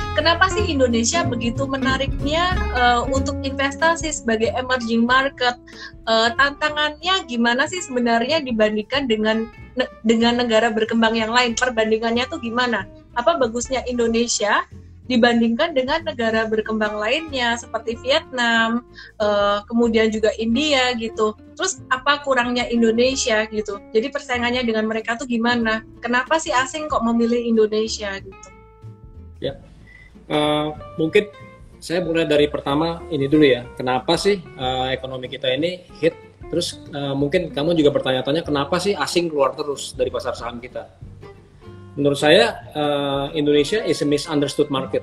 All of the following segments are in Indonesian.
kenapa sih Indonesia begitu menariknya untuk investasi sebagai emerging market? Tantangannya gimana sih sebenarnya dibandingkan dengan negara berkembang yang lain? Perbandingannya tuh gimana? Apa bagusnya Indonesia dibandingkan dengan negara berkembang lainnya seperti Vietnam, kemudian juga India gitu. Terus apa kurangnya Indonesia gitu? Jadi persaingannya dengan mereka tuh gimana? Kenapa sih asing kok memilih Indonesia gitu? Ya, mungkin saya mulai dari pertama ini dulu ya. Kenapa sih ekonomi kita ini hit? Terus mungkin kamu juga bertanya-tanya kenapa sih asing keluar terus dari pasar saham kita? Menurut saya Indonesia is a misunderstood market,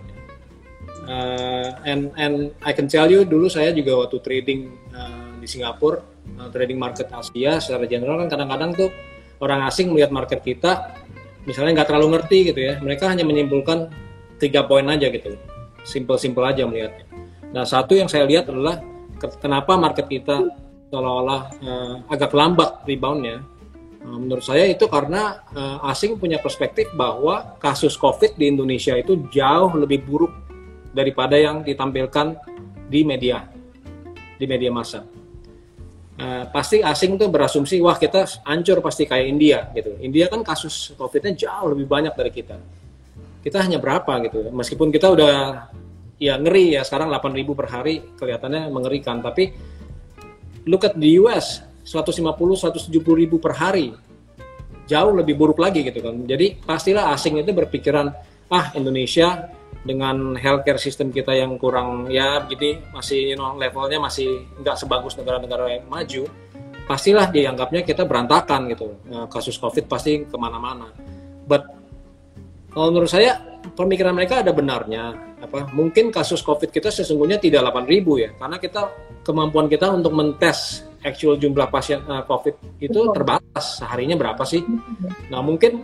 and I can tell you dulu saya juga waktu trading di Singapura, trading market Asia secara general kan kadang-kadang tuh orang asing melihat market kita misalnya nggak terlalu ngerti gitu ya, mereka hanya menyimpulkan 3 poin aja gitu, simple aja melihatnya. Nah satu yang saya lihat adalah kenapa market kita seolah-olah agak lambat reboundnya. Menurut saya itu karena asing punya perspektif bahwa kasus COVID di Indonesia itu jauh lebih buruk daripada yang ditampilkan di media massa. Pasti asing tuh berasumsi wah kita hancur pasti kayak India gitu. India kan kasus COVID-nya jauh lebih banyak dari kita. Kita hanya berapa gitu. Meskipun kita udah ya ngeri ya sekarang 8.000 per hari kelihatannya mengerikan, tapi look at the US 150-170 ribu per hari, jauh lebih buruk lagi gitu kan. Jadi pastilah asing itu berpikiran Indonesia dengan healthcare system kita yang kurang ya begini masih levelnya masih nggak sebagus negara-negara yang maju, pastilah dianggapnya kita berantakan gitu. Kasus COVID pasti kemana-mana. But kalau menurut saya pemikiran mereka ada benarnya. Mungkin kasus COVID kita sesungguhnya tidak 8.000 ya, karena kemampuan kita untuk mentes actual jumlah pasien COVID itu terbatas. Seharinya berapa sih? Nah mungkin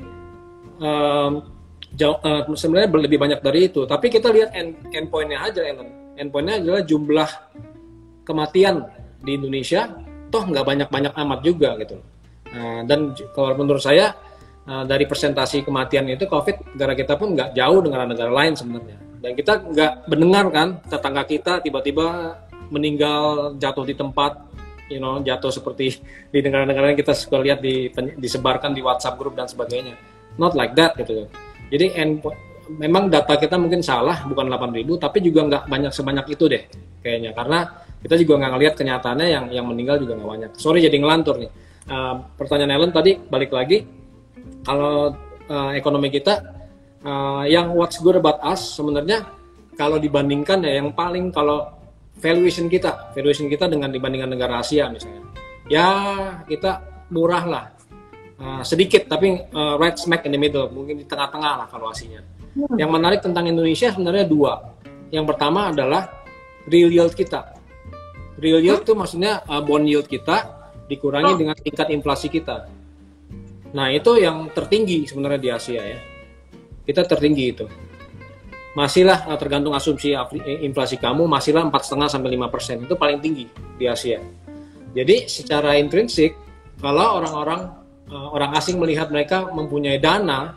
sebenarnya lebih banyak dari itu. Tapi kita lihat endpoint-nya aja, endpoint-nya adalah jumlah kematian di Indonesia. Toh nggak banyak-banyak amat juga gitu. Dan kalau menurut saya dari presentasi kematian itu COVID negara kita pun nggak jauh dengan negara lain sebenarnya. Dan kita nggak mendengar kan tetangga kita tiba-tiba meninggal jatuh di tempat, jatuh seperti di negara-negara yang kita suka lihat disebarkan di WhatsApp grup dan sebagainya. Not like that gitu. Jadi memang data kita mungkin salah, bukan 8.000, tapi juga nggak banyak sebanyak itu deh kayaknya. Karena kita juga nggak ngelihat kenyataannya yang meninggal juga nggak banyak. Sorry jadi ngelantur nih. Pertanyaan Ellen tadi balik lagi, kalau ekonomi kita yang what's good about us sebenarnya kalau dibandingkan ya yang paling kalau valuation kita dengan dibandingkan negara Asia misalnya, ya kita murah lah, sedikit tapi right smack in the middle, mungkin di tengah-tengah lah valuasinya. Yang menarik tentang Indonesia sebenarnya 2. Yang pertama adalah real yield kita. Real yield itu maksudnya bond yield kita dikurangi dengan tingkat inflasi kita. Nah itu yang tertinggi sebenarnya di Asia ya. Kita tertinggi itu. Masihlah tergantung asumsi inflasi kamu, masihlah 4,5-5%, itu paling tinggi di Asia. Jadi secara intrinsik kalau orang asing melihat mereka mempunyai dana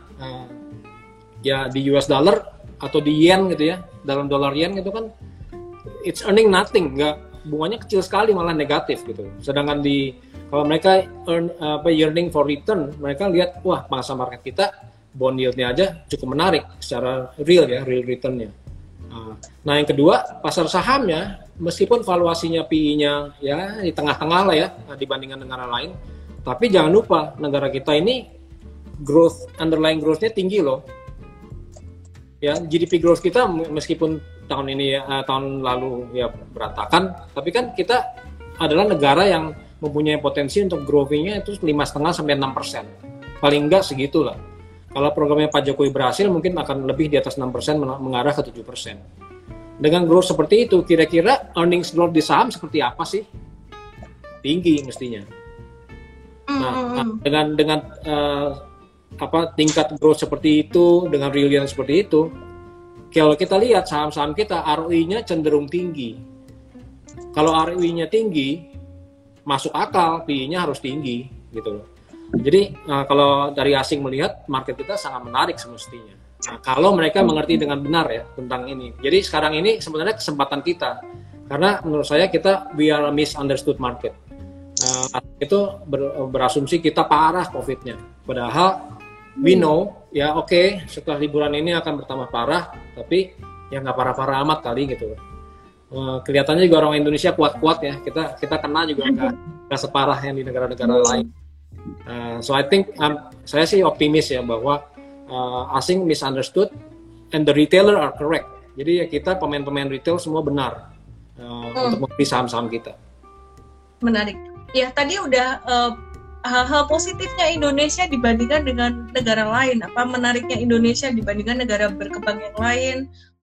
ya di US dollar atau di yen gitu ya, dalam dolar yen gitu kan, it's earning nothing, bunganya kecil sekali malah negatif gitu. Sedangkan kalau mereka yearning for return, mereka lihat wah masa market kita bond yield-nya aja cukup menarik secara real return-nya. Nah yang kedua, pasar sahamnya meskipun valuasinya PE-nya ya di tengah-tengah lah ya dibandingkan negara lain, tapi jangan lupa negara kita ini underlying growth-nya tinggi loh. Ya GDP growth kita meskipun tahun ini tahun lalu ya berantakan, tapi kan kita adalah negara yang mempunyai potensi untuk growing-nya itu 5,5-6%. Paling enggak segitulah. Kalau programnya Pak Jokowi berhasil, mungkin akan lebih di atas 6%, mengarah ke 7%. Dengan growth seperti itu, kira-kira earnings growth di saham seperti apa sih? Tinggi mestinya. Nah, dengan tingkat growth seperti itu, dengan real yield seperti itu, kalau kita lihat saham-saham kita, ROI-nya cenderung tinggi. Kalau ROI-nya tinggi, masuk akal, PE-nya harus tinggi, gitu loh. Jadi kalau dari asing melihat market kita sangat menarik semestinya. Nah, kalau mereka mengerti dengan benar ya tentang ini. Jadi sekarang ini sebenarnya kesempatan kita. Karena menurut saya we are a misunderstood market. Itu berasumsi kita parah COVID-nya. Padahal we know ya oke, setelah liburan ini akan bertambah parah, tapi ya nggak parah-parah amat kali gitu. Kelihatannya juga orang Indonesia kuat-kuat ya. Kita kena juga nggak separah yang di negara-negara lain. So I think saya sih optimis ya bahwa asing misunderstood and the retailer are correct. Jadi ya kita pemain-pemain retail semua benar untuk membeli saham-saham kita. Menarik. Ya tadi udah hal-hal positifnya Indonesia dibandingkan dengan negara lain. Apa menariknya Indonesia dibandingkan negara berkembang yang lain?